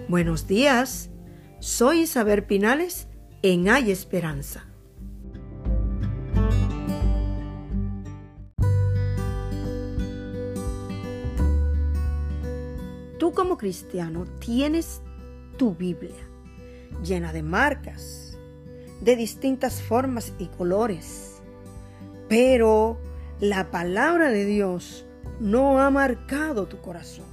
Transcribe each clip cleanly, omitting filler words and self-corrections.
Buenos días, soy Isabel Pinales en Hay Esperanza. Tú como cristiano tienes tu Biblia llena de marcas, de distintas formas y colores, pero la palabra de Dios no ha marcado tu corazón.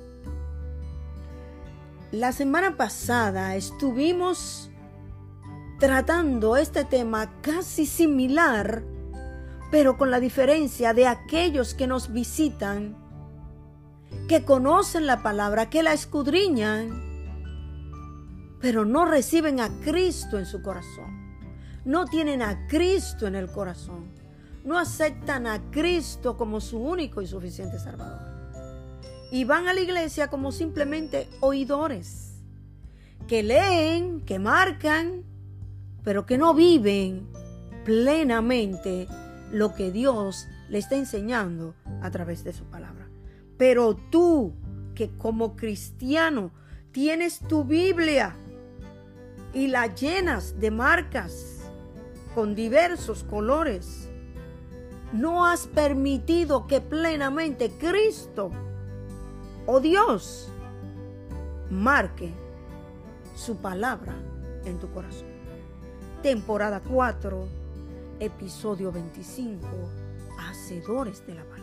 La semana pasada estuvimos tratando este tema casi similar, pero con la diferencia de aquellos que nos visitan, que conocen la palabra, que la escudriñan, pero no reciben a Cristo en su corazón. No tienen a Cristo en el corazón. No aceptan a Cristo como su único y suficiente Salvador. Y van a la iglesia como simplemente oidores, que leen, que marcan, pero que no viven plenamente lo que Dios le está enseñando a través de su palabra. Pero tú, que como cristiano tienes tu Biblia y la llenas de marcas con diversos colores, no has permitido que plenamente Cristo o Dios marque su palabra en tu corazón. Temporada 4, episodio 25, hacedores de la palabra.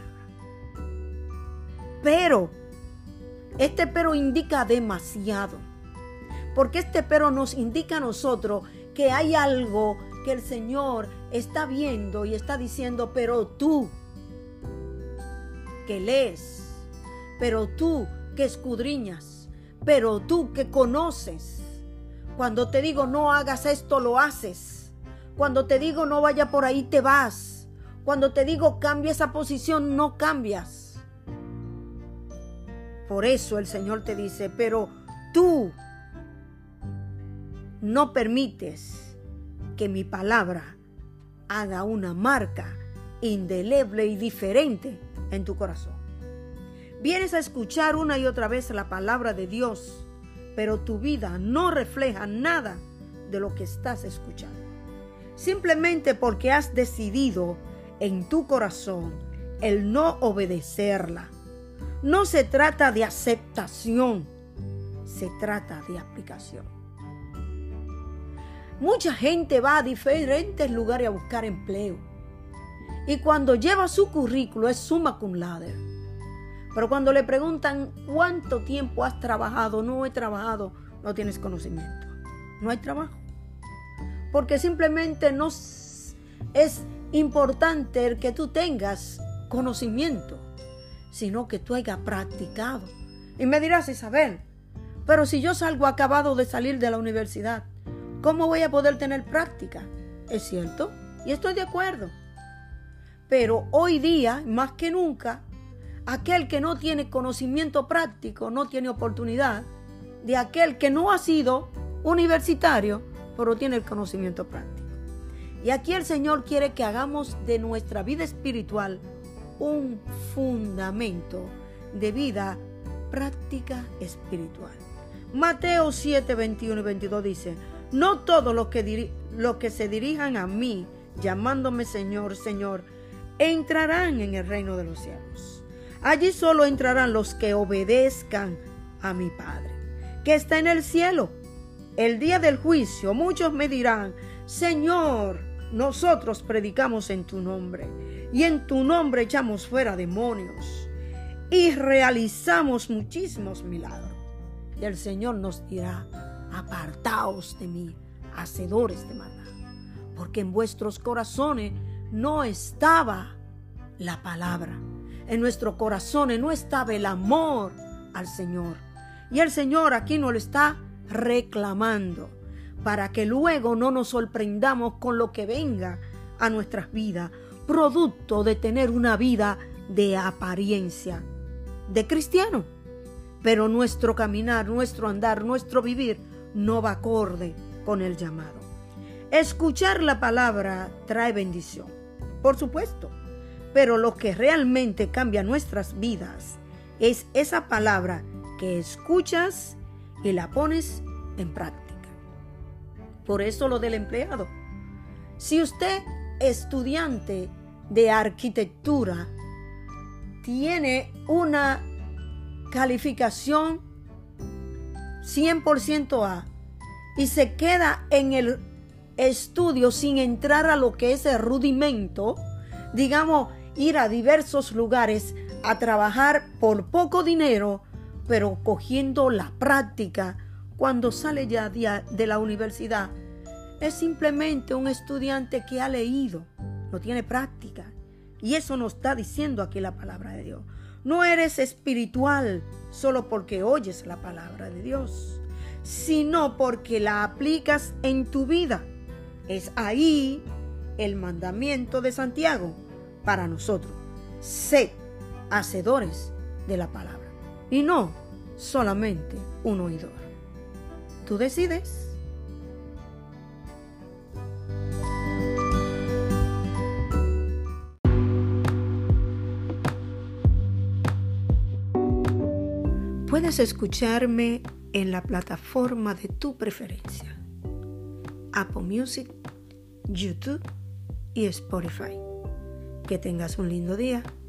Pero, este pero indica demasiado, porque este pero nos indica a nosotros que hay algo que el Señor está viendo y está diciendo, pero tú que lees, pero tú que escudriñas, pero tú que conoces. Cuando te digo no hagas esto, lo haces. Cuando te digo no vaya por ahí, te vas. Cuando te digo cambia esa posición, no cambias. Por eso el Señor te dice, pero tú no permites que mi palabra haga una marca indeleble y diferente en tu corazón. Vienes a escuchar una y otra vez la palabra de Dios, pero tu vida no refleja nada de lo que estás escuchando. Simplemente porque has decidido en tu corazón el no obedecerla. No se trata de aceptación, se trata de aplicación. Mucha gente va a diferentes lugares a buscar empleo y cuando lleva su currículo es summa cum laude. Pero cuando le preguntan cuánto tiempo has trabajado, no he trabajado, no tienes conocimiento. No hay trabajo. Porque simplemente no es importante el que tú tengas conocimiento, sino que tú hayas practicado. Y me dirás, Isabel, pero si yo salgo acabado de salir de la universidad, ¿cómo voy a poder tener práctica? Es cierto, y estoy de acuerdo. Pero hoy día, más que nunca, aquel que no tiene conocimiento práctico no tiene oportunidad de aquel que no ha sido universitario, pero tiene el conocimiento práctico. Y aquí el Señor quiere que hagamos de nuestra vida espiritual un fundamento de vida práctica espiritual. Mateo 7, 21 y 22 dice, no todos los que se dirijan a mí, llamándome Señor, Señor, entrarán en el reino de los cielos. Allí solo entrarán los que obedezcan a mi Padre, que está en el cielo. El día del juicio muchos me dirán, Señor, nosotros predicamos en tu nombre, y en tu nombre echamos fuera demonios, y realizamos muchísimos milagros. Y el Señor nos dirá, apartaos de mí, hacedores de maldad, porque en vuestros corazones no estaba la palabra. En nuestros corazones no estaba el amor al Señor. Y el Señor aquí nos lo está reclamando para que luego no nos sorprendamos con lo que venga a nuestras vidas, producto de tener una vida de apariencia de cristiano. Pero nuestro caminar, nuestro andar, nuestro vivir no va acorde con el llamado. Escuchar la palabra trae bendición, por supuesto. Pero lo que realmente cambia nuestras vidas es esa palabra que escuchas y la pones en práctica. Por eso lo del empleado. Si usted, estudiante de arquitectura, tiene una calificación 100% A y se queda en el estudio sin entrar a lo que es el rudimento, digamos, ir a diversos lugares a trabajar por poco dinero, pero cogiendo la práctica, cuando sale ya de la universidad, es simplemente un estudiante que ha leído, no tiene práctica. Y eso nos está diciendo aquí la palabra de Dios. No eres espiritual solo porque oyes la palabra de Dios, sino porque la aplicas en tu vida. Es ahí el mandamiento de Santiago para nosotros. Sed hacedores de la palabra y no solamente un oidor. Tú decides. Puedes escucharme en la plataforma de tu preferencia: Apple Music, YouTube y Spotify. Que tengas un lindo día.